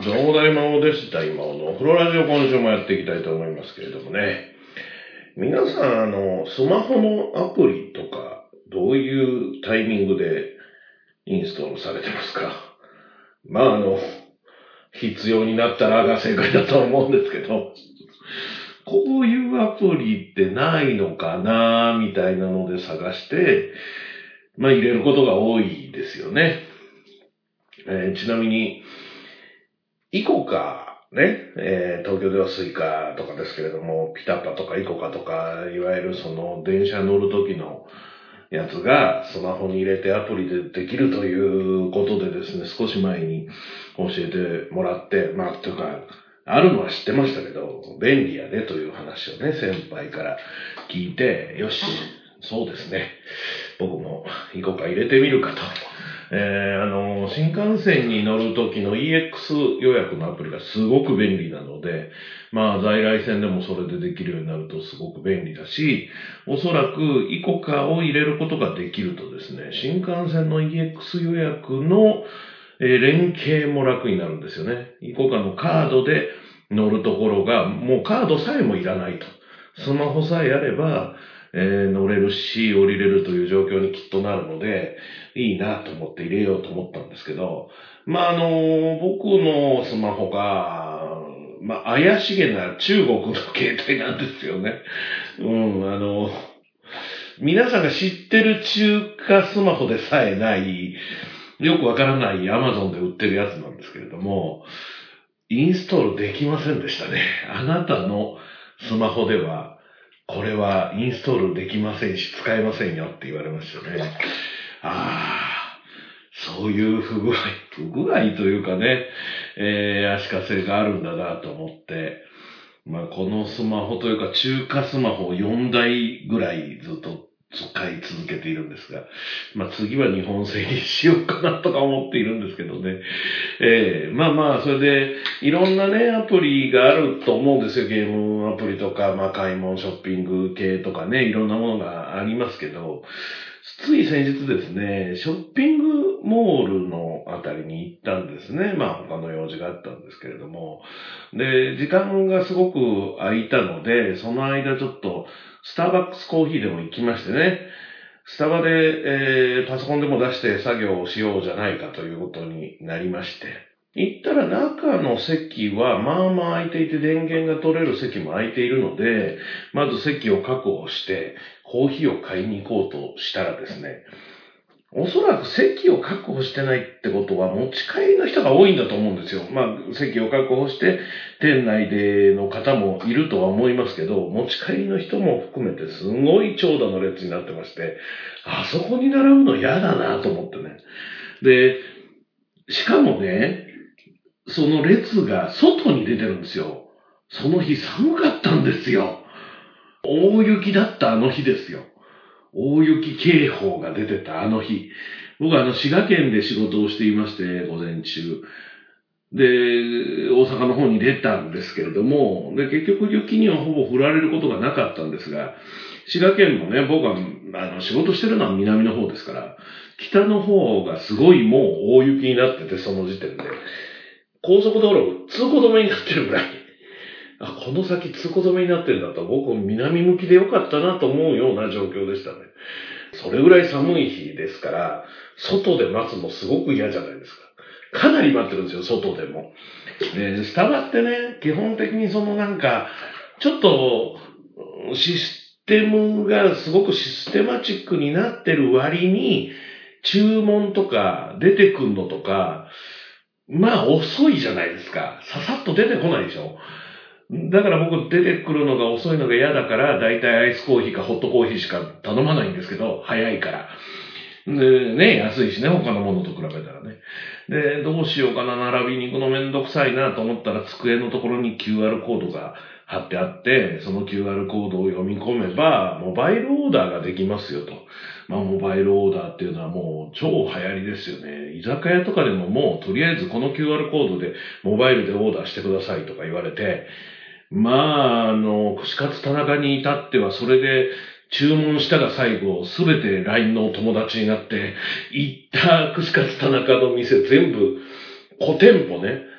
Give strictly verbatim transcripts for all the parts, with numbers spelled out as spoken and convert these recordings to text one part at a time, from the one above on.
どうも大魔王でした。今のお風呂ラジオ今週もやっていきたいと思いますけれどもね。皆さん、あの、スマホのアプリとか、どういうタイミングでインストールされてますか？まあ、あの、必要になったらが正解だと思うんですけど、こういうアプリってないのかなみたいなので探して、まあ入れることが多いですよね。えー、ちなみに、イコカね、えー、東京ではスイカとかですけれども、ピタパとかイコカとか、いわゆるその電車乗る時のやつがスマホに入れてアプリでできるということでですね、少し前に教えてもらって、まあ、というか、あるのは知ってましたけど、便利やでという話をね、先輩から聞いて、よし、そうですね、僕もイコカ入れてみるかと。えー、あの、新幹線に乗るときの イーエックス 予約のアプリがすごく便利なので、まあ在来線でもそれでできるようになるとすごく便利だし、おそらくイコカを入れることができるとですね、新幹線の イーエックス 予約の、えー、連携も楽になるんですよね。イコカのカードで乗るところが、もうカードさえもいらないと。スマホさえあれば、えー、乗れるし、降りれるという状況にきっとなるので、いいなと思って入れようと思ったんですけど、まあ、あの、僕のスマホが、まあ、怪しげな中国の携帯なんですよね。うん、あの、皆さんが知ってる中華スマホでさえない、よくわからない Amazon で売ってるやつなんですけれども、インストールできませんでしたね。あなたのスマホでは、これはインストールできませんし、使えませんよって言われましたね。ああ、そういう不具合、不具合というかね、えー、足かせがあるんだなと思って、まあこのスマホというか中華スマホをよんだいぐらいずっと使い続けているんですが、まあ次は日本製にしようかなとか思っているんですけどね。ええー、まあまあ、それで、いろんなね、アプリがあると思うんですよ。ゲームアプリとか、まあ買い物、ショッピング系とかね、いろんなものがありますけど、つい先日ですね、ショッピングモールのあたりに行ったんですね。まあ他の用事があったんですけれども。で、時間がすごく空いたので、その間ちょっと、スターバックスコーヒーでも行きましてね、スタバで、えー、パソコンでも出して作業をしようじゃないかということになりまして、行ったら中の席はまあまあ空いていて電源が取れる席も空いているので、まず席を確保してコーヒーを買いに行こうとしたらですね、おそらく席を確保してないってことは持ち帰りの人が多いんだと思うんですよ。まあ席を確保して店内での方もいるとは思いますけど、持ち帰りの人も含めてすごい長蛇の列になってまして、あそこに並ぶの嫌だなと思ってね。で、しかもね、その列が外に出てるんですよ。その日寒かったんですよ。大雪だったあの日ですよ。大雪警報が出てたあの日。僕はあの滋賀県で仕事をしていまして、午前中。で、大阪の方に出たんですけれども、で、結局雪にはほぼ降られることがなかったんですが、滋賀県もね、僕はあの仕事してるのは南の方ですから、北の方がすごいもう大雪になってて、その時点で。高速道路通行止めになってるぐらい。あ、この先通行止めになってるんだと、僕南向きでよかったなと思うような状況でしたね。それぐらい寒い日ですから、外で待つのすごく嫌じゃないですか。かなり待ってるんですよ、外でも。で、スタバってね、基本的にそのなんか、ちょっと、システムがすごくシステマチックになってる割に、注文とか出てくんのとか、まあ遅いじゃないですか。ささっと出てこないでしょ。だから僕出てくるのが遅いのが嫌だから、だいたいアイスコーヒーかホットコーヒーしか頼まないんですけど、早いから。で、ね、安いしね、他のものと比べたらね。で、どうしようかな、並びに行くのめんどくさいなと思ったら、机のところに キューアール コードが貼ってあって、その キューアール コードを読み込めば、モバイルオーダーができますよと。まあ、モバイルオーダーっていうのはもう超流行りですよね。居酒屋とかでももう、とりあえずこの キューアール コードでモバイルでオーダーしてくださいとか言われて、まあ、あの、串カツ田中に至ってはそれで注文したが最後、すべて ライン のお友達になって、行った串カツ田中の店全部、ご店舗ね、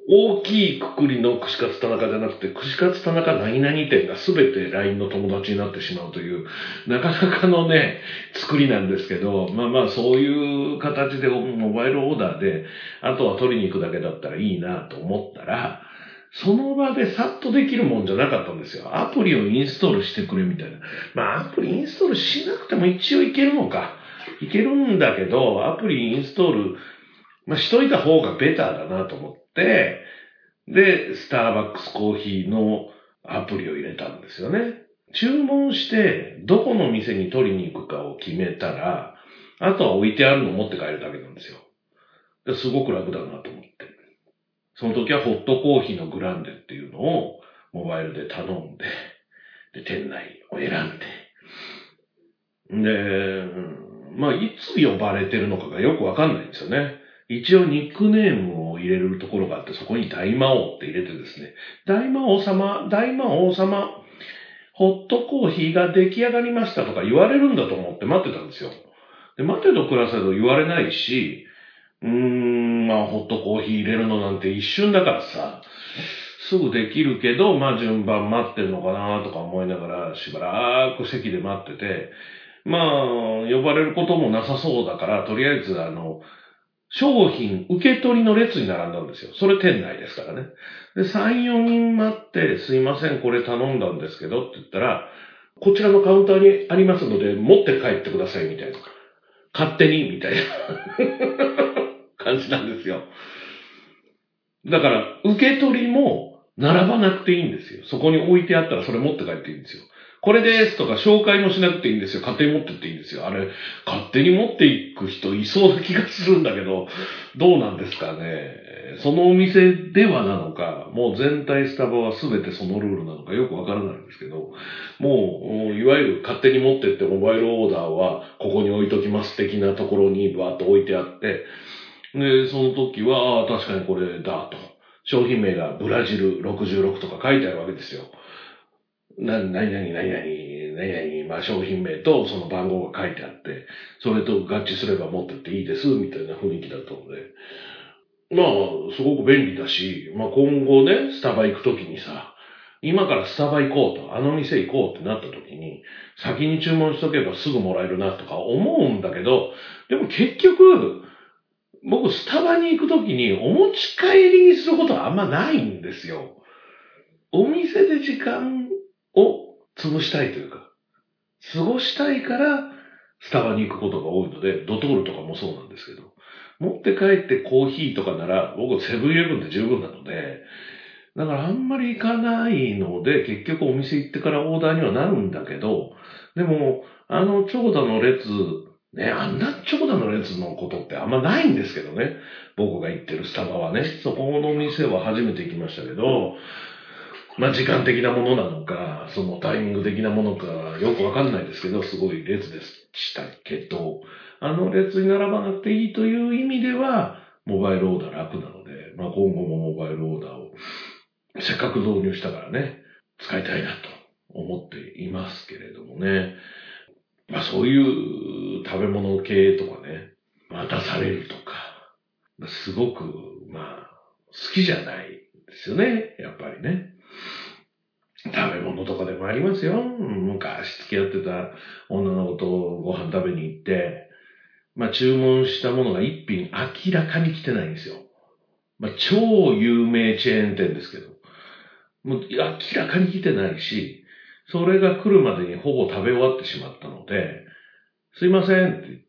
大きいくくりの串カツ田中じゃなくて、串カツ田中何々店が全て ライン の友達になってしまうという、なかなかのね、作りなんですけど、まあまあそういう形でモバイルオーダーで、あとは取りに行くだけだったらいいなと思ったら、その場でさっとできるもんじゃなかったんですよ。アプリをインストールしてくれみたいな。まあアプリインストールしなくても一応いけるのか。いけるんだけど、アプリインストール、まあしといた方がベターだなと思って、で、スターバックスコーヒーのアプリを入れたんですよね。注文して、どこの店に取りに行くかを決めたら、あとは置いてあるのを持って帰るだけなんですよ。ですごく楽だなと思って。その時はホットコーヒーのグランデっていうのをモバイルで頼んで、で、店内を選んで、で、まあ、いつ呼ばれてるのかがよくわかんないんですよね。一応ニックネームを入れるところがあって、そこに大魔王って入れてですね、大魔王様、大魔王様、ホットコーヒーが出来上がりましたとか言われるんだと思って待ってたんですよ。で、待てど暮らせど言われないし、うーん、まあ、ホットコーヒー入れるのなんて一瞬だからさ、すぐできるけど、まあ、順番待ってるのかなとか思いながら、しばらく席で待ってて、まあ、呼ばれることもなさそうだから、とりあえず、あの、商品受け取りの列に並んだんですよ。それ店内ですからね。で、さん、よにん待って、すいません、これ頼んだんですけどって言ったら、こちらのカウンターにありますので、持って帰ってください、みたいな。勝手に、みたいな感じなんですよ。だから、受け取りも並ばなくていいんですよ。そこに置いてあったらそれ持って帰っていいんですよ。これですとか紹介もしなくていいんですよ。勝手に持ってっていいんですよ。あれ、勝手に持っていく人いそうな気がするんだけど、どうなんですかね。そのお店ではなのか、もう全体スタバは全てそのルールなのかよくわからないんですけど、もう、いわゆる勝手に持ってってモバイルオーダーはここに置いときます的なところにバーッと置いてあって、で、その時は、ああ、確かにこれだと。商品名がブラジルろくじゅうろくとか書いてあるわけですよ。な、何々何々、何々、まあ商品名とその番号が書いてあって、それと合致すれば持ってっていいです、みたいな雰囲気だったので。まあ、すごく便利だし、まあ今後ね、スタバ行く時にさ、今からスタバ行こうと、あの店行こうってなった時に、先に注文しとけばすぐもらえるなとか思うんだけど、でも結局、僕、スタバに行くときにお持ち帰りにすることはあんまないんですよ。お店で時間を潰したいというか、過ごしたいからスタバに行くことが多いので、ドトールとかもそうなんですけど、持って帰ってコーヒーとかなら僕セブンイレブンで十分なので、だからあんまり行かないので、結局お店行ってからオーダーにはなるんだけど、でも、あの長蛇の列、ね、あんな長蛇の列のことってあんまないんですけどね。僕が行ってるスタバはね。そこの店は初めて行きましたけど、まあ時間的なものなのか、そのタイミング的なものか、よくわかんないですけど、すごい列でしたけど、あの列に並ばなくていいという意味では、モバイルオーダー楽なので、まあ今後もモバイルオーダーをせっかく導入したからね、使いたいなと思っていますけれどもね。まあそういう食べ物系とかね、待たされるとか、すごく、まあ、好きじゃないですよね、やっぱりね。食べ物とかでもありますよ。昔付き合ってた女の子とご飯食べに行って、まあ注文したものが一品明らかに来てないんですよ。まあ超有名チェーン店ですけど。もう明らかに来てないし、それが来るまでにほぼ食べ終わってしまったので、すいませんって言って、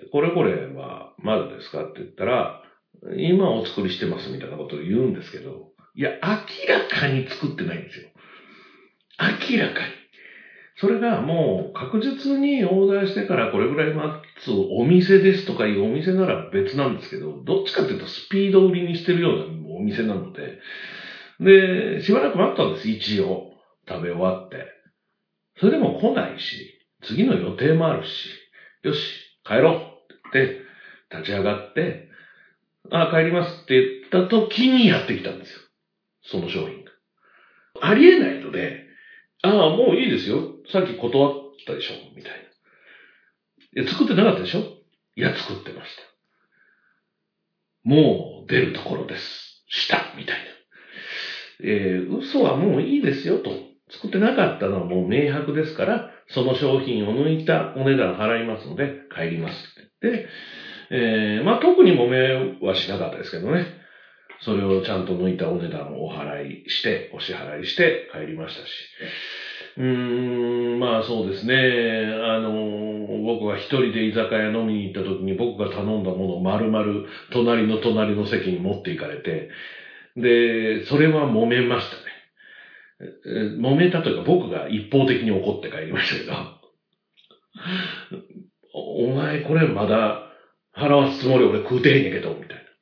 これこれはまだですかって言ったら、今お作りしてますみたいなことを言うんですけど、いや、明らかに作ってないんですよ。明らかに。それがもう確実にオーダーしてからこれぐらい待つお店ですとかいうお店なら別なんですけど、どっちかというとスピード売りにしてるようなお店なので、で、しばらく待ったんです、一応。食べ終わって。それでも来ないし、次の予定もあるし、よし、帰ろうって立ち上がって、ああ、帰りますって言った時にやってきたんですよ。その商品が。ありえないので、ああ、もういいですよ。さっき断ったでしょみたいな。いや、作ってなかったでしょいや、作ってました。もう出るところです。 したみたいな。えー、嘘はもういいですよと。作ってなかったのはもう明白ですから、その商品を抜いたお値段払いますので帰りますって言って、えー、まあ特に揉めはしなかったですけどね。それをちゃんと抜いたお値段をお払いして、お支払いして帰りましたし。うーん、まあそうですね。あの、僕が一人で居酒屋飲みに行った時に僕が頼んだものを丸々隣の隣の席に持って行かれて、で、それは揉めましたね。揉めたというか僕が一方的に怒って帰りましたけど、お前これまだ払わすつもり俺食うてへんやけど、みたいな。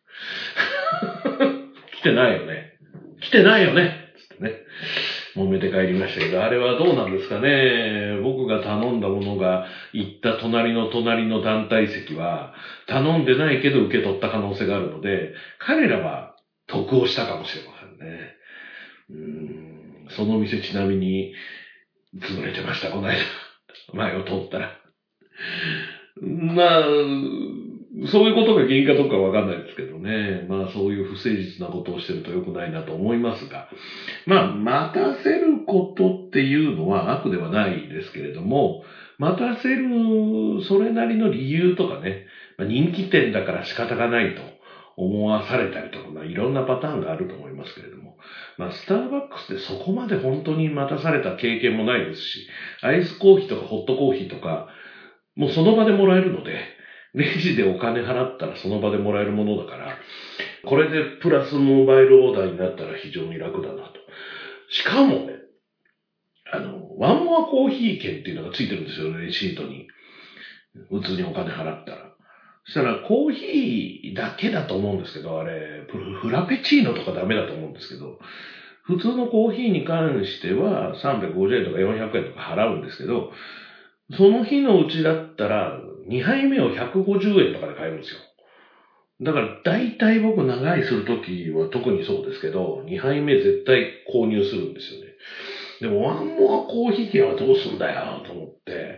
来てないよね。来てないよね。つってね。揉めて帰りましたけど、あれはどうなんですかね。僕が頼んだものが行った隣の隣の団体席は頼んでないけど受け取った可能性があるので、彼らは得をしたかもしれませんね。うーん、その店ちなみに潰れてました、この間。前を通ったら。まあ、そういうことが原因かどうかわかんないですけどね。まあそういう不誠実なことをしてると良くないなと思いますが。まあ待たせることっていうのは悪ではないですけれども、待たせるそれなりの理由とかね、まあ、人気店だから仕方がないと思わされたりとか、まあいろんなパターンがあると思いますけれども。まあスターバックスでそこまで本当に待たされた経験もないですし、アイスコーヒーとかホットコーヒーとか、もうその場でもらえるので、レジでお金払ったらその場でもらえるものだから、これでプラスモバイルオーダーになったら非常に楽だなと。しかもね、あの、ワンモアコーヒー券っていうのがついてるんですよね、レシートに。普通にお金払ったら。そしたらコーヒーだけだと思うんですけど、あれ、フラペチーノとかダメだと思うんですけど、普通のコーヒーに関してはさんびゃくごじゅうえんとかよんひゃくえんとか払うんですけど、その日のうちだったらにはいめをひゃくごじゅうえんとかで買えるんですよ。だから大体僕長居するときは特にそうですけど、にはいめ絶対購入するんですよね。でもワンモアコーヒー券はどうすんだよと思って、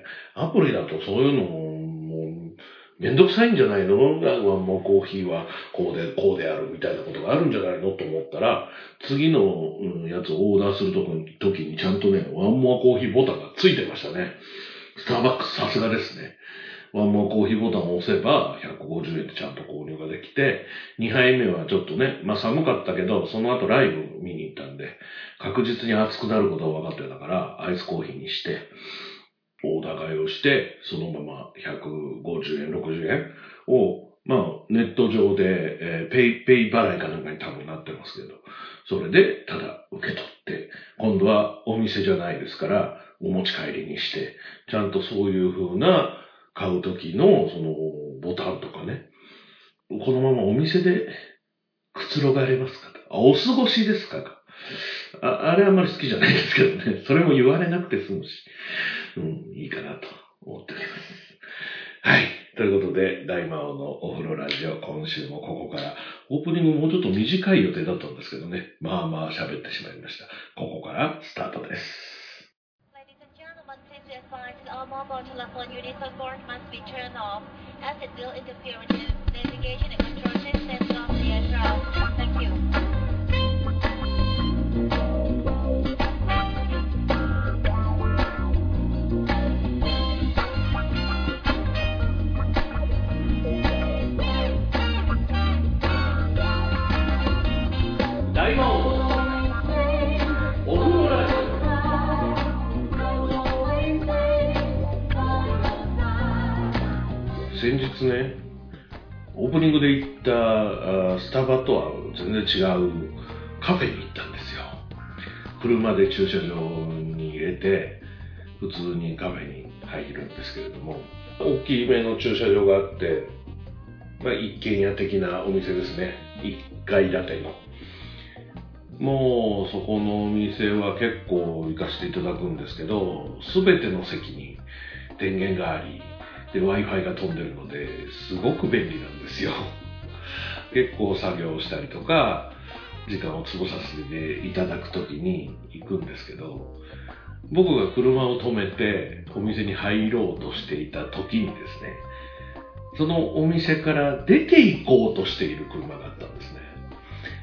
アプリだとそういうのももうめんどくさいんじゃないの？ワンモアコーヒーはこうでこうであるみたいなことがあるんじゃないのと思ったら、次のやつをオーダーするときにちゃんとね、ワンモアコーヒーボタンがついてましたね。スターバックスさすがですね。ワンモアコーヒーボタンを押せばひゃくごじゅうえんでちゃんと購入ができて、にはいめはちょっとね、まあ寒かったけど、その後ライブ見に行ったんで、確実に熱くなることは分かってたから、アイスコーヒーにして、オーダー買いをして、そのままひゃくごじゅうえん、ろくじゅうえんを、まあネット上で、えー、ペイペイ払いかなんかに多分なってますけど、それでただ受け取って、今度はお店じゃないですから、お持ち帰りにして、ちゃんとそういう風な買う時のそのボタンとかね、このままお店でくつろがれますかと。あ、お過ごしですかか。あ、あれはあんまり好きじゃないですけどね。それも言われなくて済むし、うん、いいかなと思っております。はい。ということで、大魔王のお風呂ラジオ、今週もここから、オープニングもうちょっと短い予定だったんですけどね。まあまあ喋ってしまいました。ここからスタートです。 Please advise all mobile telephone unit support must be turned off as it will interfere with the navigation and control systems of the aircraft. Thank you. 大魔王お風呂ラジオ。先日ね、オープニングで行ったスタバとは全然違うカフェに行ったんですよ。車で駐車場に入れて普通にカフェに入るんですけれども、大きいめの駐車場があって、まあ、一軒家的なお店ですね。いっかい建ての。もうそこのお店は結構行かせていただくんですけど、すべての席に電源があり、で Wi-Fi が飛んでるのですごく便利なんですよ。結構作業したりとか時間を潰させていただくときに行くんですけど、僕が車を止めてお店に入ろうとしていた時にですね、そのお店から出て行こうとしている車があったんですね。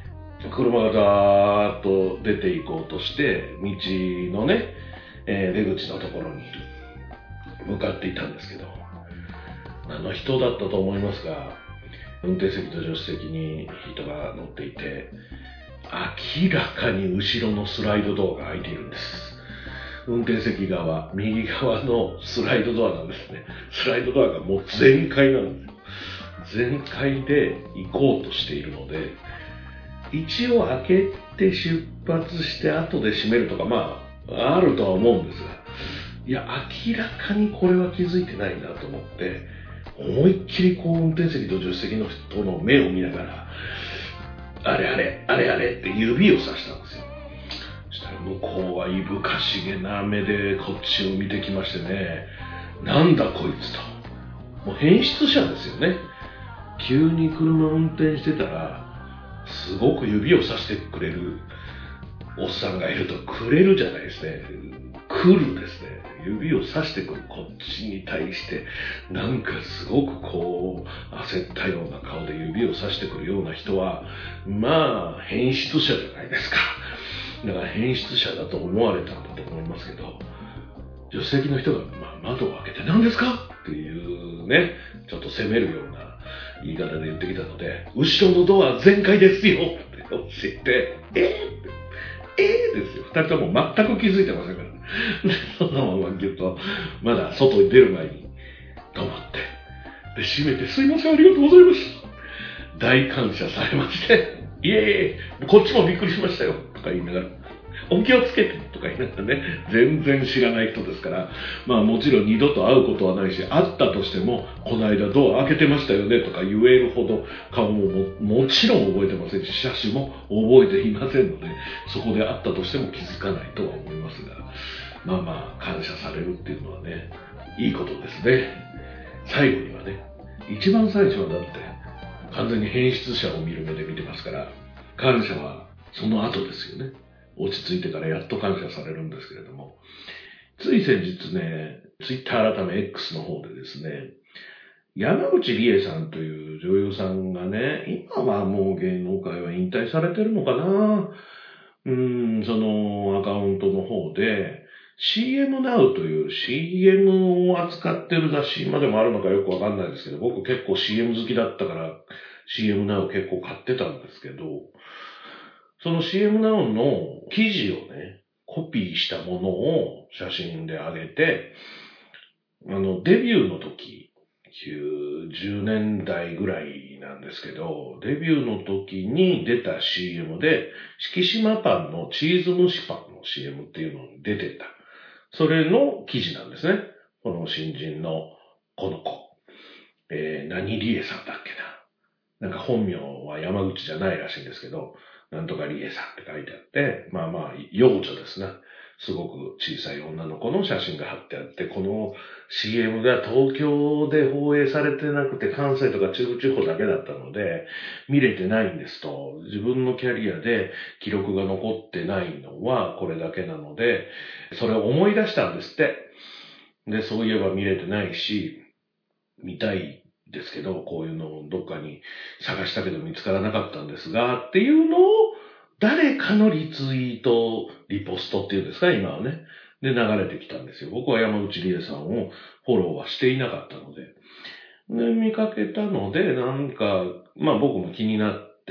車がザーッと出ていこうとして、道のね、えー、出口のところに向かっていたんですけど、あの人だったと思いますが、運転席と助手席に人が乗っていて、明らかに後ろのスライドドアが開いているんです。運転席側、右側のスライドドアなんですね。スライドドアがもう全開なんですよ。全開で行こうとしているので、一応開けて出発して後で閉めるとか、まあ、あるとは思うんですが、いや、明らかにこれは気づいてないなと思って、思いっきりこう運転席と助手席の人の目を見ながら、あれあれ、あれあれって指をさしたんですよ。そしたら向こうはいぶかしげな目でこっちを見てきましてね、なんだこいつと。もう変質者ですよね。急に車運転してたら、すごく指をさしてくれるおっさんがいると、くれるじゃないですね。来るですね。指をさしてくるこっちに対して、なんかすごくこう、焦ったような顔で指をさしてくるような人は、まあ、変質者じゃないですか。だから変質者だと思われたんだと思いますけど、助手席の人が、まあ、窓を開けて何ですかっていうね、ちょっと責めるような言い方で言ってきたので、後ろのドア全開ですよって教えて、えー、えーですよ。二人とも全く気づいてませんから。で、そのままぎゅっと、まだ外に出る前に止まって、で、閉めて、すいません、ありがとうございます。大感謝されまして、いえいえ、こっちもびっくりしましたよ、とか言いながら。お気をつけてとか言いながらね、全然知らない人ですから、まあもちろん二度と会うことはないし、会ったとしても、この間ドア開けてましたよねとか言えるほど顔も も, もちろん覚えてませんし、車種も覚えていませんので、そこで会ったとしても気づかないとは思いますが、まあまあ感謝されるっていうのはね、いいことですね。最後にはね、一番最初はだって完全に変質者を見る目で見てますから、感謝はその後ですよね。落ち着いてからやっと感謝されるんですけれども、つい先日ね、ツイッター改め X の方でですね、山口理恵さんという女優さんがね、今はもう芸能界は引退されてるのかな、うーん、そのアカウントの方で、シーエム Now という シーエム を扱ってる雑誌、今でもあるのかよくわかんないですけど、僕結構 シーエム 好きだったから シーエム Now 結構買ってたんですけど、その シーエム Now の記事をね、コピーしたものを写真で上げて、あの、デビューの時、きゅうじゅうねんだいぐらいなんですけど、デビューの時に出た シーエム で、敷島パンのチーズ蒸しパンの シーエム っていうのに出てた。それの記事なんですね。この新人のこの子。えー、何理恵さんだっけな。なんか本名は山口じゃないらしいんですけど、なんとか理恵さんって書いてあって、まあまあ、幼女ですね。すごく小さい女の子の写真が貼ってあって、この シーエム が東京で放映されてなくて関西とか中部地方だけだったので、見れてないんですと。自分のキャリアで記録が残ってないのはこれだけなので、それを思い出したんですって。で、そういえば見れてないし、見たいですけど、こういうのをどっかに探したけど見つからなかったんですが、っていうのを誰かのリツイート、リポストっていうんですか、今はね。で、流れてきたんですよ。僕は山口理恵さんをフォローはしていなかったので。で、見かけたので、なんか、まあ僕も気になって、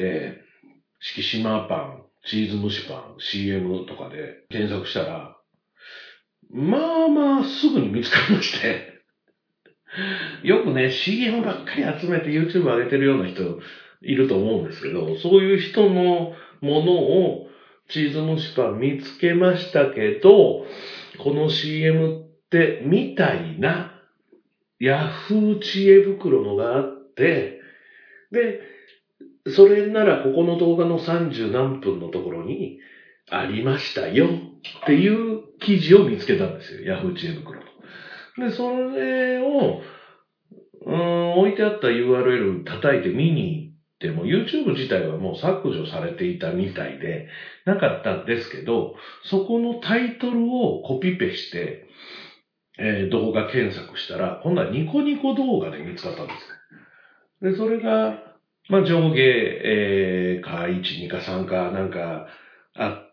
敷島パン、チーズ蒸しパン、シーエム とかで検索したら、まあまあすぐに見つかりまして、よくね、シーエム ばっかり集めて YouTube 上げてるような人いると思うんですけど、そういう人のものをチーズ蒸しパン見つけましたけど、この シーエム ってみたいなヤフー知恵袋のがあって、で、それならここの動画のさんじゅうなんぷんのところにありましたよっていう記事を見つけたんですよ、ヤフー知恵袋の。で、それを、うーん、置いてあった ユーアールエル 叩いて見に行っても、YouTube 自体はもう削除されていたみたいで、なかったんですけど、そこのタイトルをコピペして、えー、動画検索したら、今度はニコニコ動画で見つかったんですね。で、それが、 まあ上下、えー、かいち、にかさんかなんかあって、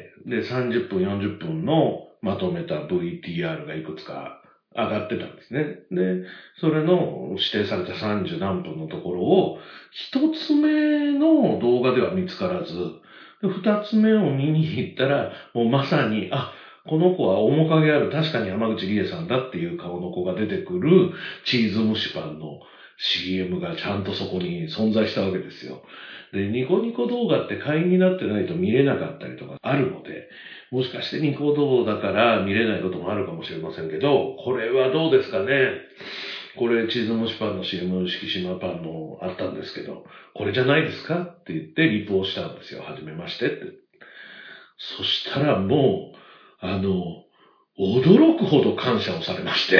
で、さんじゅっぷん、よんじゅっぷんのまとめた ブイティーアール がいくつか上がってたんですね。で、それの指定されたさんじゅうなんぷんのところを、一つ目の動画では見つからず、で二つ目を見に行ったら、もうまさに、あ、この子は面影ある、確かに山口理恵さんだっていう顔の子が出てくるチーズ蒸しパンの シーエム がちゃんとそこに存在したわけですよ。で、ニコニコ動画って会員になってないと見れなかったりとかあるので、もしかしてニコ動だから見れないこともあるかもしれませんけど、これはどうですかね。これチーズ蒸しパンの シーエム 敷島パンのあったんですけど、これじゃないですかって言ってリプをしたんですよ。はじめましてって。そしたらもう、あの、驚くほど感謝をされまして、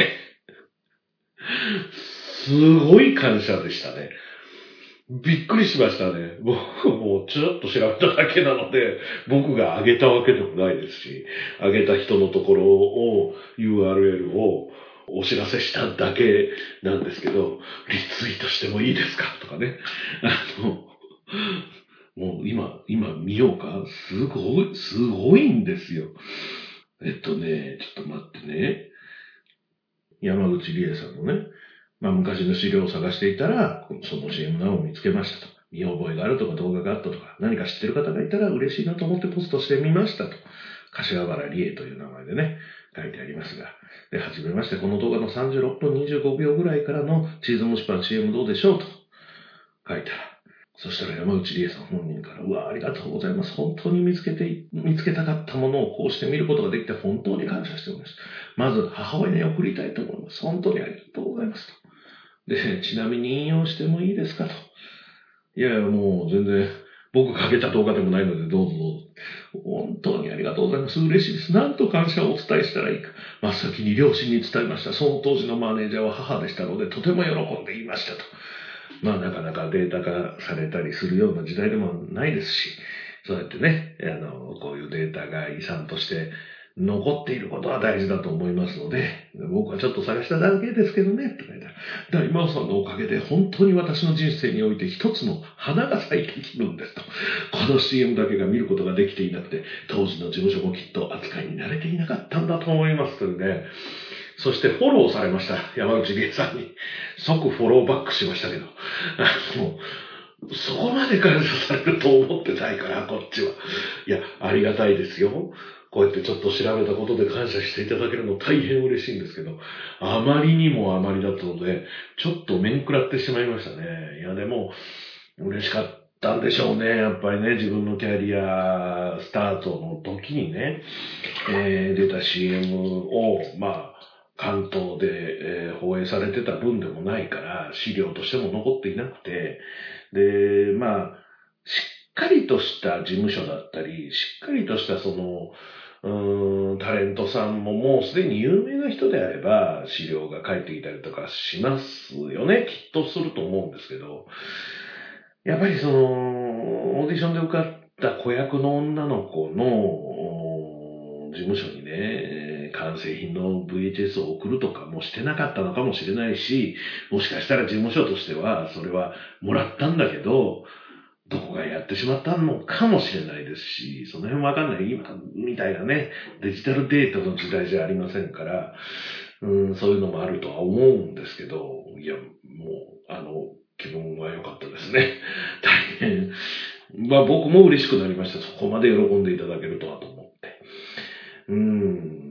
すごい感謝でしたね。びっくりしましたね。僕もちょっと調べただけなので、僕が上げたわけでもないですし、上げた人のところを ユーアールエル をお知らせしただけなんですけど、リツイートしてもいいですかとかね。あの、もう今、今見ようかすごい、すごいんですよ。えっとね、ちょっと待ってね。山口理恵さんのね、まあ昔の資料を探していたら、その シーエム 欄を見つけましたと。見覚えがあるとか動画があったとか、何か知ってる方がいたら嬉しいなと思ってポストしてみましたと。柏原理恵という名前でね、書いてありますが。で、はじめまして、この動画のさんじゅうろっぷんにじゅうごびょうぐらいからのチーズ蒸しパン シーエム どうでしょうと書いたら、そしたら山内理恵さん本人から、うわ、ありがとうございます。本当に見つけて、見つけたかったものをこうして見ることができて本当に感謝しております。まず母親に送りたいと思います。本当にありがとうございますと。で、ちなみに引用してもいいですかと。いやいや、もう全然、僕が上げた動画でもないので、どうぞどうぞ。本当にありがとうございます。嬉しいです。なんと感謝をお伝えしたらいいか。真っ先に両親に伝えました。その当時のマネージャーは母でしたので、とても喜んでいましたと。まあ、なかなかデータ化されたりするような時代でもないですし、そうやってね、あの、こういうデータが遺産として残っていることは大事だと思いますので、僕はちょっと探しただけですけどね、とか言ったら、大魔王さんのおかげで本当に私の人生において一つの花が咲いてきるんですと。この シーエム だけが見ることができていなくて、当時の事務所もきっと扱いに慣れていなかったんだと思いますというね。そしてフォローされました。山口理恵さんに。即フォローバックしましたけど。あのそこまで感謝されると思ってないから、こっちは。いや、ありがたいですよ。こうやってちょっと調べたことで感謝していただけるの大変嬉しいんですけど、あまりにもあまりだったので、ちょっと面食らってしまいましたね。いや、でも、嬉しかったんでしょうね。やっぱりね、自分のキャリアスタートの時にね、えー、出た シーエム を、まあ、関東で、えー、放映されてた分でもないから、資料としても残っていなくて、で、まあ、しっかりとした事務所だったり、しっかりとしたその、うーん、タレントさんももうすでに有名な人であれば、資料が返ってきたりとかしますよね。きっとすると思うんですけど、やっぱりその、オーディションで受かった子役の女の子の事務所にね、完成品の ブイエイチエス を送るとかもしてなかったのかもしれないし、もしかしたら事務所としてはそれはもらったんだけど、どこがやってしまったのかもしれないですし、その辺わかんない。今みたいなね、デジタルデータの時代じゃありませんから、うん、そういうのもあるとは思うんですけど、いや、もう、あの、気分は良かったですね。大変。まあ僕も嬉しくなりました。そこまで喜んでいただけるとはと思って。うん。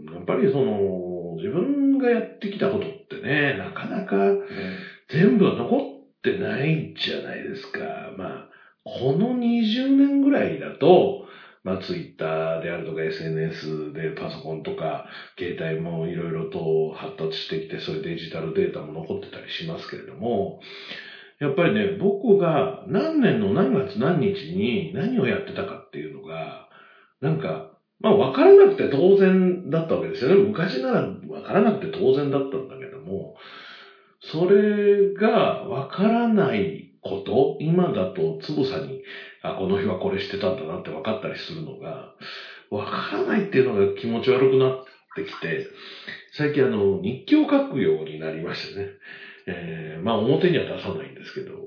やっぱりその、自分がやってきたことってね、なかなか全部は残ってないじゃないですか。まあ、このにじゅうねんぐらいだと、まあツイッターであるとか エスエヌエス でパソコンとか携帯もいろいろと発達してきて、そういうデジタルデータも残ってたりしますけれども、やっぱりね、僕が何年の何月何日に何をやってたかっていうのが、なんか、まあ分からなくて当然だったわけですよね。昔なら分からなくて当然だったんだけども、それが分からないこと、今だとつぶさに、あ、この日はこれしてたんだなって分かったりするのが、分からないっていうのが気持ち悪くなってきて、最近あの、日記を書くようになりましたね。えー、まあ表には出さないんですけど、パ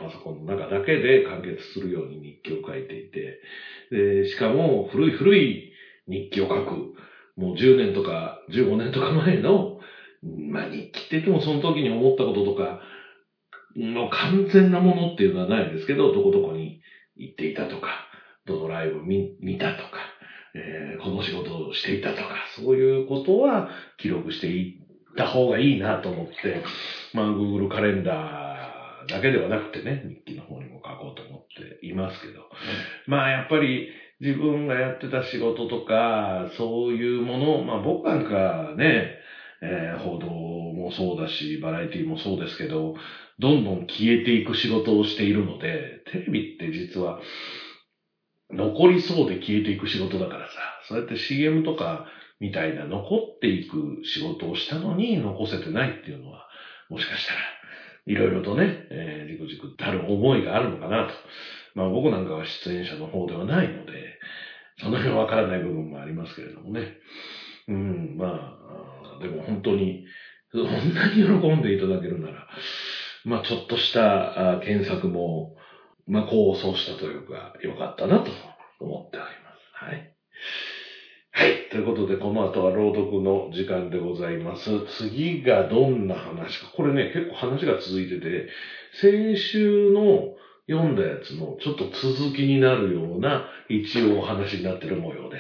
パソコンの中だけで完結するように日記を書いていて、で、しかも古い古い日記を書く、もうじゅうねんとかじゅうごねんとか前の、まあ日記って言ってもその時に思ったこととか、の完全なものっていうのはないですけど、どこどこに行っていたとか、どのライブ見見たとか、えー、この仕事をしていたとか、そういうことは記録していった方がいいなと思って、まあ Google カレンダーだけではなくてね、日記の方にも書こうと思っていますけど、まあやっぱり自分がやってた仕事とか、そういうもの、まあ僕なんかね、えー、報道もそうだし、バラエティもそうですけど、どんどん消えていく仕事をしているので、テレビって実は残りそうで消えていく仕事だからさ、そうやって シーエム とかみたいな残っていく仕事をしたのに残せてないっていうのは、もしかしたらいろいろとね、えー、じくじくたる思いがあるのかなと。まあ僕なんかは出演者の方ではないので、その辺はわからない部分もありますけれどもね。うん、まあ、でも本当に、そんなに喜んでいただけるなら、まあちょっとした検索も、まあ構想したというか、良かったなと思っております。はい。はい。ということで、この後は朗読の時間でございます。次がどんな話か。これね、結構話が続いてて、先週の読んだやつのちょっと続きになるような一応お話になっている模様です。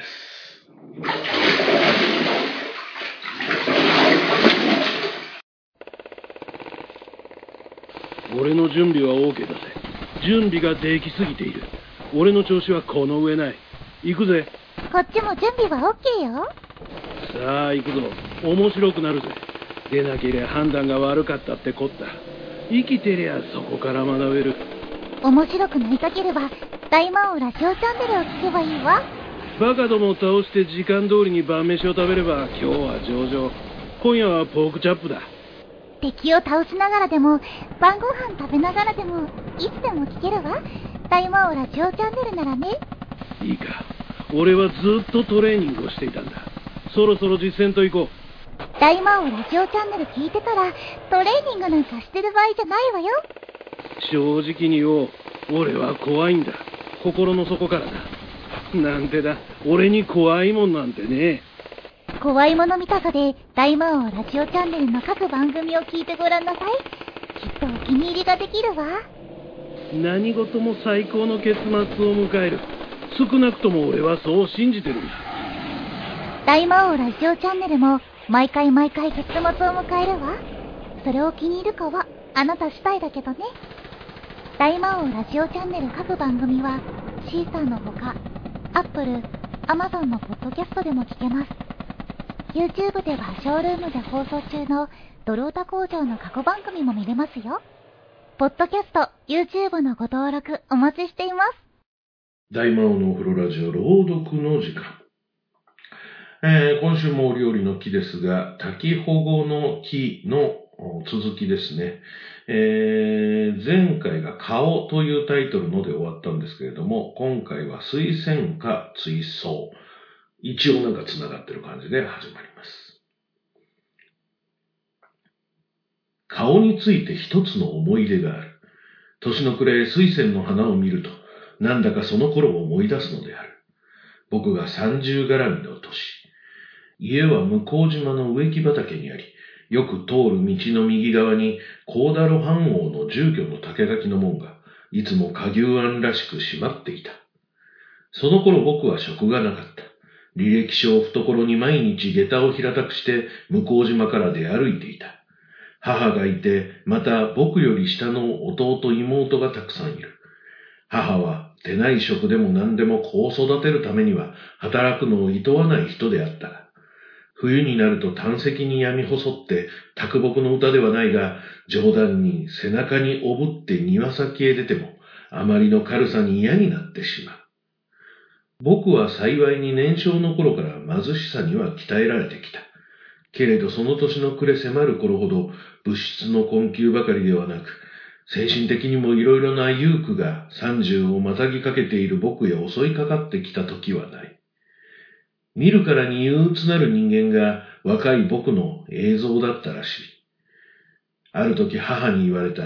俺の準備は OK だぜ。準備ができすぎている。俺の調子はこの上ない。行くぜ。 こっちも準備は OK よ。 さあ行くぞ。面白くなるぜ。出なけりゃ判断が悪かったってこった。生きてりゃそこから学べる。 面白くなりたければ大魔王ラジオチャンネルを聞けばいいわ。 バカどもを倒して時間通りに晩飯を食べれば今日は上々。今夜はポークチャップだ。 敵を倒しながらでも晩ご飯食べながらでもいつでも聞けるわ。大魔王ラジオチャンネルならね。 いいか。俺はずっとトレーニングをしていたんだ。そろそろ実践と行こう。 大魔王ラジオチャンネル聞いてたらトレーニングなんかしてる場合じゃないわよ。 正直に言おう。俺は怖いんだ。心の底からだ。なんてだ。俺に怖いもんなんてね。 怖いもの見たさで大魔王ラジオチャンネルの各番組を聞いてごらんなさい。きっとお気に入りができるわ。 何事も最高の結末を迎える。少なくとも俺はそう信じてるんだ。 大魔王ラジオチャンネルも毎回毎回結末を迎えるわ。それを気に入るかはあなた次第だけどね。大魔王ラジオチャンネル各番組はシーサーのほか Apple、Amazon のポッドキャストでも聞けます。YouTube ではショールームで放送中のドルオタ工場の過去番組も見れますよ。ポッドキャスト、YouTube のご登録お待ちしています。 大魔王のお風呂ラジオ朗読の時間。えー、今週も折々の木ですが、滝保護の木の続きですね。えー、前回が顔というタイトルので終わったんですけれども、今回は水仙花追走。一応なんか繋がってる感じで始まります。顔について一つの思い出がある。年の暮れ水仙の花を見ると、なんだかその頃を思い出すのである。僕が三十絡みの年。家は向島の植木畑にあり、よく通る道の右側に高田露藩王の住居の竹垣の門が、いつも花牛庵らしく閉まっていた。その頃僕は職がなかった。履歴書を懐に毎日下駄を平たくして向島から出歩いていた。母がいて、また僕より下の弟妹がたくさんいる。母は手内職でも何でも子を育てるためには働くのを厭わない人であったが、冬になると短石に闇細って卓木の歌ではないが、冗談に背中におぶって庭先へ出ても、あまりの軽さに嫌になってしまう。僕は幸いに年少の頃から貧しさには鍛えられてきた。けれどその年の暮れ迫る頃ほど物質の困窮ばかりではなく、精神的にもいろいろな憂苦が三十をまたぎかけている僕へ襲いかかってきた時はない。見るからに憂鬱なる人間が若い僕の映像だったらしい。ある時母に言われた。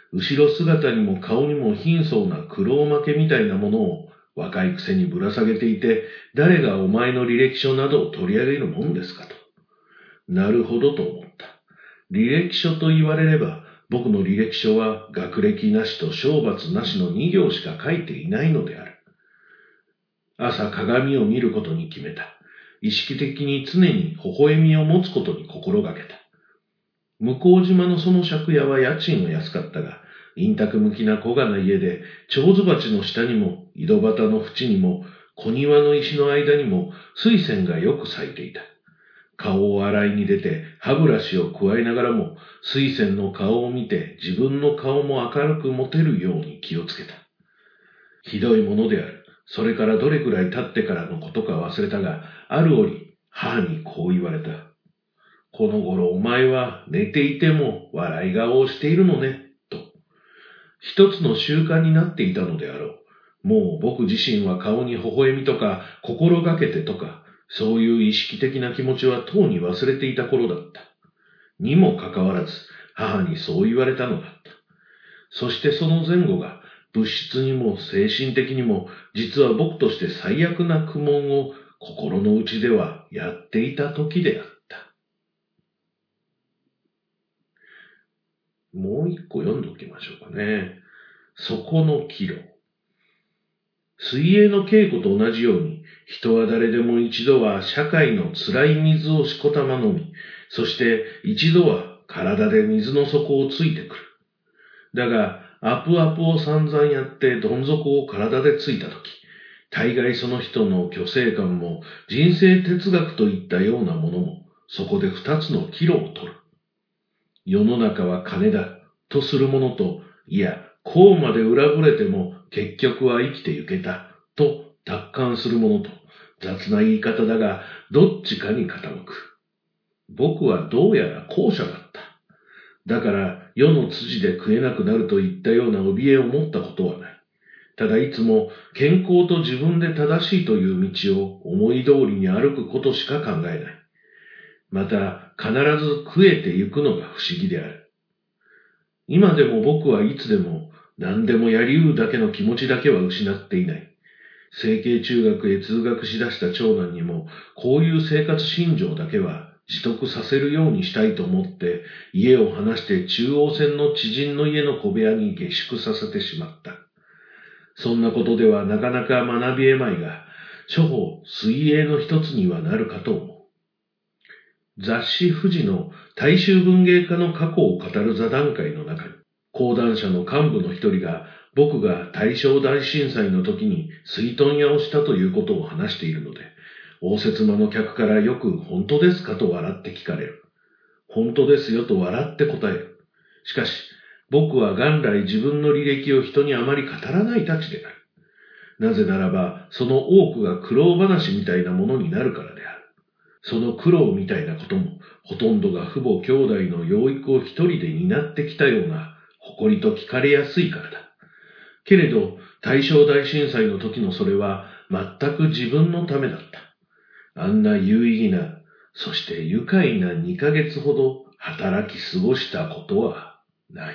後ろ姿にも顔にも貧相な苦労負けみたいなものを若いくせにぶら下げていて、誰がお前の履歴書などを取り上げるもんですかと。なるほどと思った。履歴書と言われれば、僕の履歴書は学歴なしと賞罰なしのに行しか書いていないのである。朝鏡を見ることに決めた。意識的に常に微笑みを持つことに心がけた。向島のその借家は家賃は安かったが、陰卓向きな小がな家で、蝶々鉢の下にも、井戸端の縁にも、小庭の石の間にも、水仙がよく咲いていた。顔を洗いに出て、歯ブラシを加えながらも、水仙の顔を見て、自分の顔も明るく持てるように気をつけた。ひどいものである。それからどれくらい経ってからのことか忘れたが、ある折、母にこう言われた。この頃お前は寝ていても笑い顔をしているのね、と。一つの習慣になっていたのであろう。もう僕自身は顔に微笑みとか心がけてとか、そういう意識的な気持ちはとうに忘れていた頃だった。にもかかわらず、母にそう言われたのだった。そしてその前後が、物質にも精神的にも、実は僕として最悪な苦悶を心の内ではやっていた時であった。もう一個読んでおきましょうかね。そこの岐路。水泳の稽古と同じように、人は誰でも一度は社会の辛い水をしこたま飲み、そして一度は体で水の底をついてくる。だが、アプアプを散々やってどん底を体でついたとき、大概その人の虚勢感も人生哲学といったようなものも、そこで二つの岐路を取る。世の中は金だとするものと、いや、こうまで裏ぶれても結局は生きてゆけたと達観するものと、雑な言い方だが、どっちかに傾く。僕はどうやら後者だった。だから世の辻で食えなくなるといったような怯えを持ったことはない。ただいつも健康と自分で正しいという道を思い通りに歩くことしか考えない。また必ず食えてゆくのが不思議である。今でも僕はいつでも何でもやりうるだけの気持ちだけは失っていない。成蹊中学へ通学しだした長男にもこういう生活信条だけは持得させるようにしたいと思って家を離して中央線の知人の家の小部屋に下宿させてしまった。そんなことではなかなか学び得まいが、初歩水泳の一つにはなるかと思う。雑誌富士の大衆文芸家の過去を語る座談会の中に、講談社の幹部の一人が僕が大正大震災の時に水遁屋をしたということを話しているので、応接間の客からよく本当ですかと笑って聞かれる。本当ですよと笑って答える。しかし、僕は元来自分の履歴を人にあまり語らないたちである。なぜならば、その多くが苦労話みたいなものになるからである。その苦労みたいなことも、ほとんどが父母兄弟の養育を一人で担ってきたような、誇りと聞かれやすいからだ。けれど、大正大震災の時のそれは、全く自分のためだった。あんな有意義な、そして愉快なにかげつほど働き過ごしたことはない。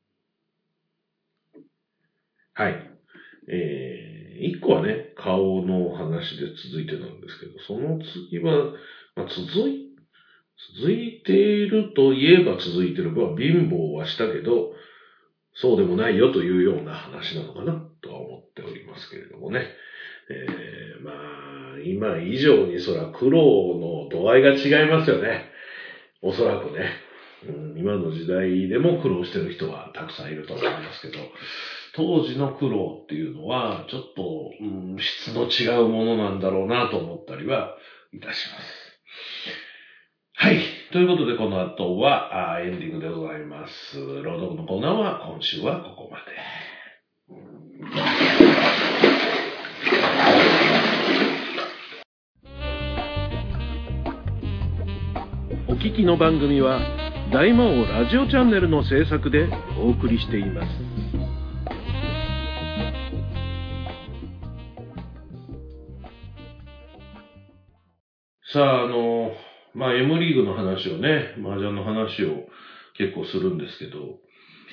はい。えー、一個はね、顔の話で続いてたんですけど、その次は、まあ、続い、続いているといえば続いている。まあ、貧乏はしたけど、そうでもないよというような話なのかなとは思っておりますけれどもね。えー、まあ、今以上にそら苦労の度合いが違いますよね。おそらくね。うん、今の時代でも苦労してる人はたくさんいると思いますけど、当時の苦労っていうのはちょっと、うん、質の違うものなんだろうなと思ったりはいたします。はい。ということでこの後はあエンディングでございます。朗読のコーナーは今週はここまで。 お聞きの番組は大魔王ラジオチャンネルの制作でお送りしています。 さあ、あの、まあ、M リーグの話をね、麻雀の話を結構するんですけど、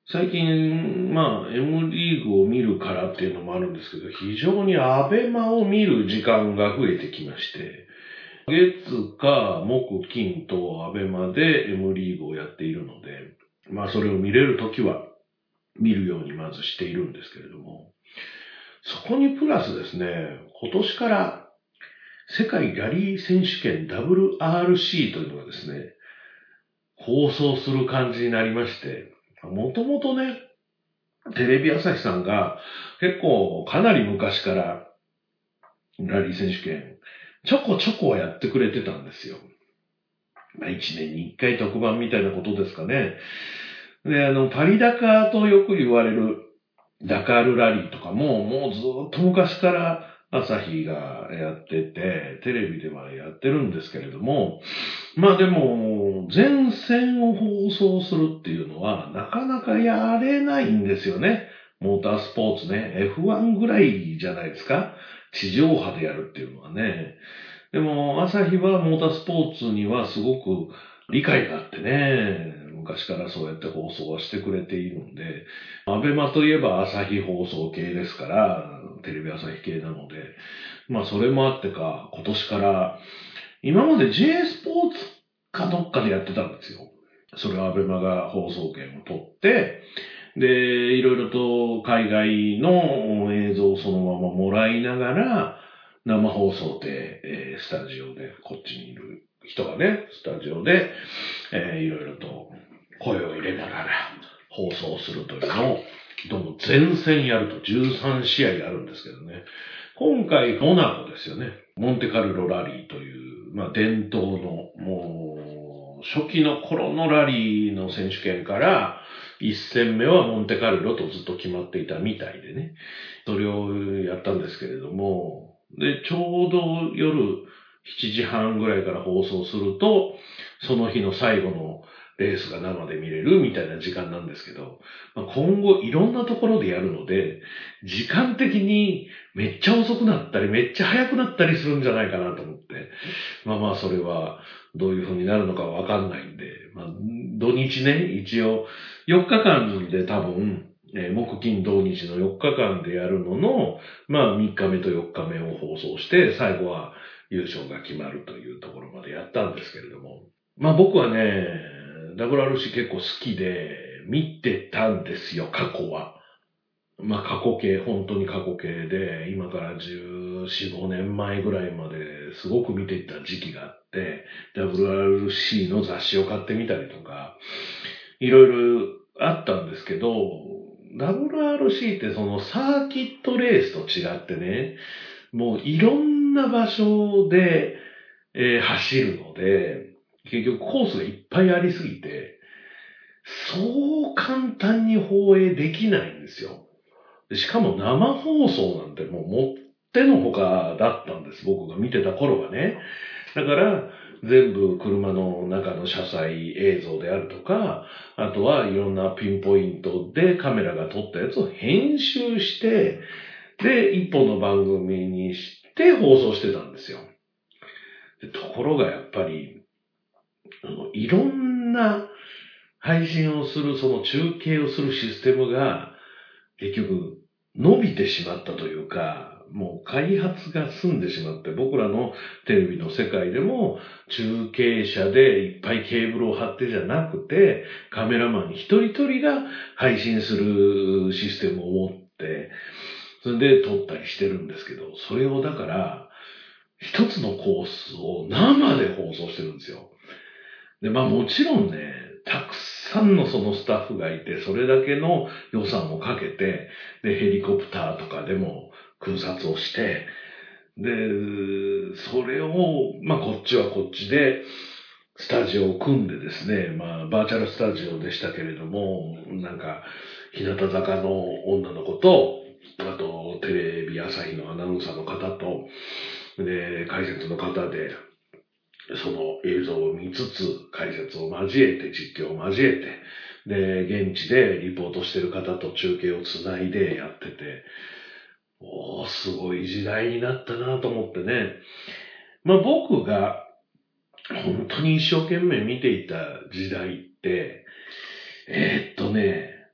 最近、まあ、M リーグを見るからっていうのもあるんですけど、非常にアベマを見る時間が増えてきまして、月か木金とアベマで M リーグをやっているので、まあそれを見れるときは見るようにまずしているんですけれども、そこにプラスですね、今年から世界ラリー選手権 ダブリューアールシー というのがですね、放送する感じになりまして、もともとね、テレビ朝日さんが結構かなり昔からラリー選手権ちょこちょこはやってくれてたんですよ。まあ一年に一回特番みたいなことですかね。で、あの、パリダカーとよく言われるダカールラリーとかももうずっと昔から朝日がやってて、テレビではやってるんですけれども、まあでも、前線を放送するっていうのはなかなかやれないんですよね。モータースポーツね。エフワン ぐらいじゃないですか。地上波でやるっていうのはね。でも、朝日はモータースポーツにはすごく理解があってね、昔からそうやって放送はしてくれているんで、アベマといえば朝日放送系ですから、テレビ朝日系なので、まあそれもあってか、今年から、今まで ジェイ スポーツかどっかでやってたんですよ。それはアベマが放送権を取って、で、いろいろと海外の映像をそのままもらいながら、生放送で、えー、スタジオで、こっちにいる人がね、スタジオで、えー、いろいろと声を入れながら放送するというのを、どうも前線やるとじゅうさんしあいあるんですけどね。今回、モナコですよね。モンテカルロラリーという、まあ伝統の、もう、初期の頃のラリーの選手権から、一戦目はモンテカルロとずっと決まっていたみたいでね。それをやったんですけれども、で、ちょうど夜しちじはんぐらいから放送すると、その日の最後のレースが生で見れるみたいな時間なんですけど、まあ、今後いろんなところでやるので、時間的にめっちゃ遅くなったり、めっちゃ早くなったりするんじゃないかなと思って、まあまあそれはどういう風になるのかわかんないんで、まあ土日ね、一応よっかかんで多分、えー、木金土日のよっかかんでやるのの、まあみっかめとよっかめを放送して、最後は優勝が決まるというところまでやったんですけれども、まあ僕はね、ダブリューアールシー 結構好きで見てたんですよ、過去は。まあ過去形、本当に過去形で、今からじゅうよん、ごねんまえぐらいまですごく見ていた時期があって、ダブリューアールシー の雑誌を買ってみたりとか、いろいろあったんですけど、ダブリューアールシー ってそのサーキットレースと違ってね、もういろんな場所で、えー走るので、結局コースがいっぱいありすぎて、そう簡単に放映できないんですよ。しかも生放送なんてもうもってのほかだったんです。僕が見てた頃はね。だから全部車の中の車載映像であるとか、あとはいろんなピンポイントでカメラが撮ったやつを編集して、で、一本の番組にして放送してたんですよ。でところがやっぱり、あのいろんな配信をする、その中継をするシステムが結局伸びてしまったというか、もう開発が済んでしまって、僕らのテレビの世界でも中継車でいっぱいケーブルを貼ってじゃなくて、カメラマン一人一人が配信するシステムを持って、それで撮ったりしてるんですけど、それをだから、一つのコースを生で放送してるんですよ。で、まあもちろんね、たくさんのそのスタッフがいて、それだけの予算をかけて、で、ヘリコプターとかでも空撮をして、で、それを、まあこっちはこっちで、スタジオを組んでですね、まあバーチャルスタジオでしたけれども、なんか、日向坂の女の子と、あと、テレビ朝日のアナウンサーの方と、で、解説の方で、その映像を見つつ、解説を交えて、実況を交えて、で、現地でリポートしてる方と中継をつないでやってて、おー、すごい時代になったなと思ってね。まあ僕が本当に一生懸命見ていた時代って、えー、っとね、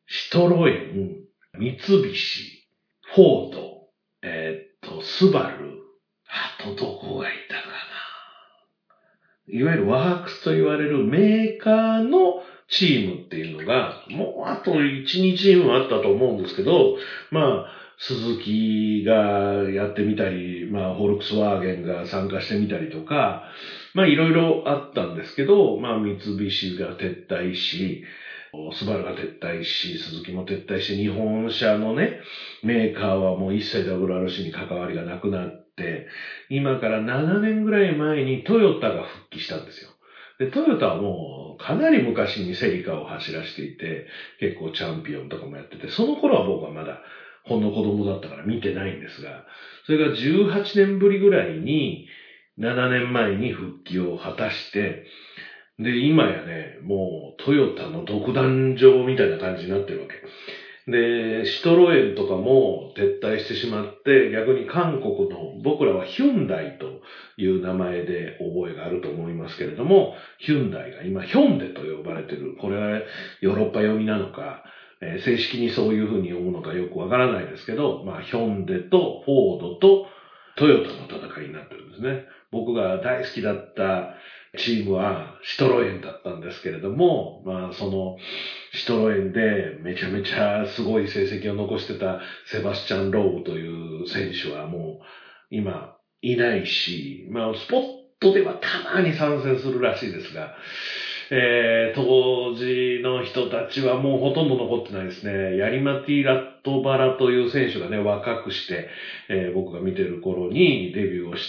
シトロエン、三菱、フォード、えー、っと、スバル、あとどこがいたかな。いわゆるワークスと言われるメーカーのチームっていうのが、もうあといち、にチームあったと思うんですけど、まあ、鈴木がやってみたり、まあ、フォルクスワーゲンが参加してみたりとか、まあ、いろいろあったんですけど、まあ、三菱が撤退し、スバルが撤退し、鈴木も撤退して、日本車のね、メーカーはもう一切 ダブリューアールシー に関わりがなくなって、今からななねんぐらい前にトヨタが復帰したんですよ。で、トヨタはもうかなり昔にセリカを走らせていて、結構チャンピオンとかもやってて、その頃は僕はまだほんの子供だったから見てないんですが、それがじゅうはちねんぶりぐらいに、ななねんまえに復帰を果たして、で、今やね、もうトヨタの独壇場みたいな感じになってるわけ。で、シトロエンとかも撤退してしまって、逆に韓国の、僕らはヒュンダイという名前で覚えがあると思いますけれども、ヒュンダイが今ヒョンデと呼ばれてる。これはヨーロッパ読みなのか、えー、正式にそういう風に読むのかよくわからないですけど、まあヒョンデとフォードとトヨタの戦いになってるんですね。僕が大好きだったチームはシトロエンだったんですけれども、まあそのシトロエンでめちゃめちゃすごい成績を残してたセバスチャン・ローブという選手はもう今いないし、まあスポットではたまに参戦するらしいですが、えー、当時の人たちはもうほとんど残ってないですね。ヤリマティ・ラットバラという選手がね、若くして、えー、僕が見てる頃にデビューをして、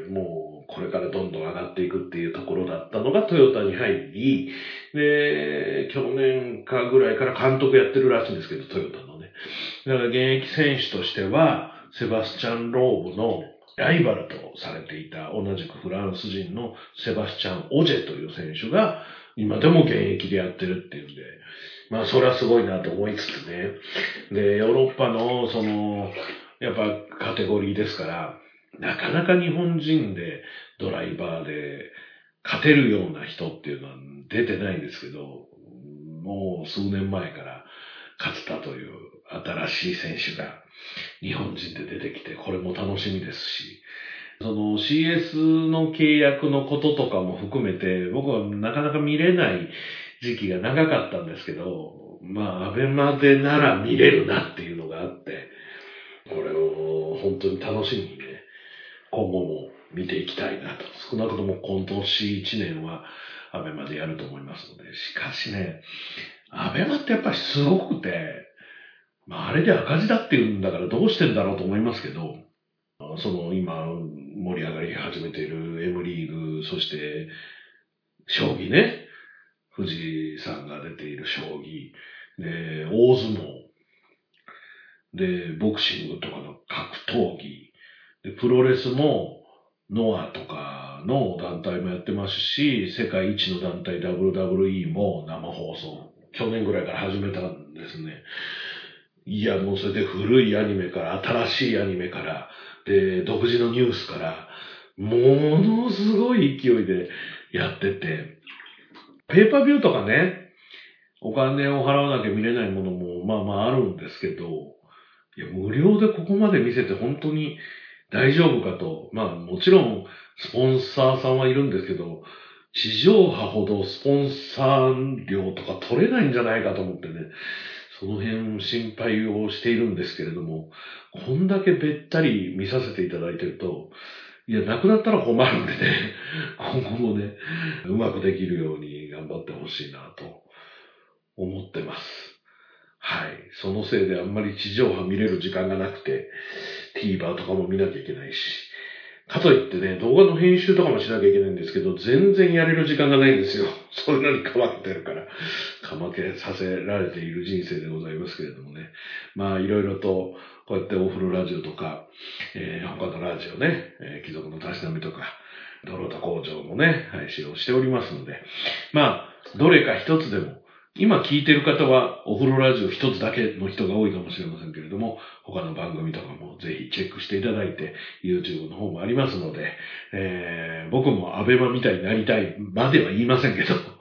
もうこれからどんどん上がっていくっていうところだったのがトヨタに入り、で、去年かぐらいから監督やってるらしいんですけど、トヨタのね。だから現役選手としては、セバスチャン・ローブのライバルとされていた同じくフランス人のセバスチャン・オジェという選手が今でも現役でやってるっていうんで、まあそれはすごいなと思いつつね。で、ヨーロッパのその、やっぱカテゴリーですから、なかなか日本人でドライバーで勝てるような人っていうのは出てないんですけど、もう数年前から勝田という新しい選手が日本人で出てきて、これも楽しみですし、その シーエス の契約のこととかも含めて、僕はなかなか見れない時期が長かったんですけど、まあ、アベマでなら見れるなっていうのがあって、これを本当に楽しみにね、今後も見ていきたいなと。少なくとも今年いちねんはアベマでやると思いますので、しかしね、アベマってやっぱりすごくて、まあ、あれで赤字だって言うんだからどうしてんだろうと思いますけど、その今盛り上がり始めている M リーグ、そして将棋ね、藤井さんが出ている将棋、で、大相撲、で、ボクシングとかの格闘技、で、プロレスもノアとかの団体もやってますし、世界一の団体 ダブリューダブリューイー も生放送、去年ぐらいから始めたんですね。いや、もうそれで古いアニメから、新しいアニメから、で、独自のニュースから、ものすごい勢いでやってて、ペーパービューとかね、お金を払わなきゃ見れないものもまあまああるんですけど、いや、無料でここまで見せて本当に大丈夫かと、まあもちろんスポンサーさんはいるんですけど、地上波ほどスポンサー料とか取れないんじゃないかと思ってね、その辺心配をしているんですけれども、こんだけべったり見させていただいてると、いや、なくなったら困るんでね、今後もね、うまくできるように頑張ってほしいなと思ってます。はい。そのせいであんまり地上波見れる時間がなくて、TVer とかも見なきゃいけないし、かといってね、動画の編集とかもしなきゃいけないんですけど、全然やれる時間がないんですよ。それなりにかまけてるから、かまけさせられている人生でございますけれどもね。まあ、いろいろと、こうやってお風呂ラジオとか、えー、他のラジオね、えー、貴族のたしなみとか、ドロータ工場もね、配信をしておりますので、まあ、どれか一つでも、今聞いてる方はお風呂ラジオ一つだけの人が多いかもしれませんけれども、他の番組とかもぜひチェックしていただいて、YouTube の方もありますので、えー、僕もアベマみたいになりたいまでは言いませんけど、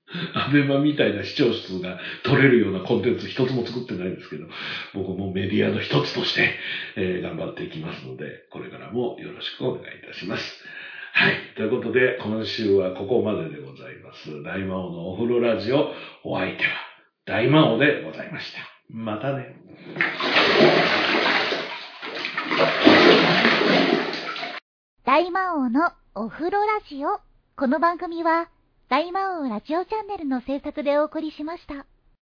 アベマみたいな視聴数が取れるようなコンテンツ一つも作ってないんですけど、僕もメディアの一つとして、えー、頑張っていきますので、これからもよろしくお願いいたします。はい。ということで、今週はここまででございます。大魔王のお風呂ラジオ、お相手は大魔王でございました。またね。 大魔王のお風呂ラジオ。この番組は大魔王ラジオチャンネルの制作でお送りしました。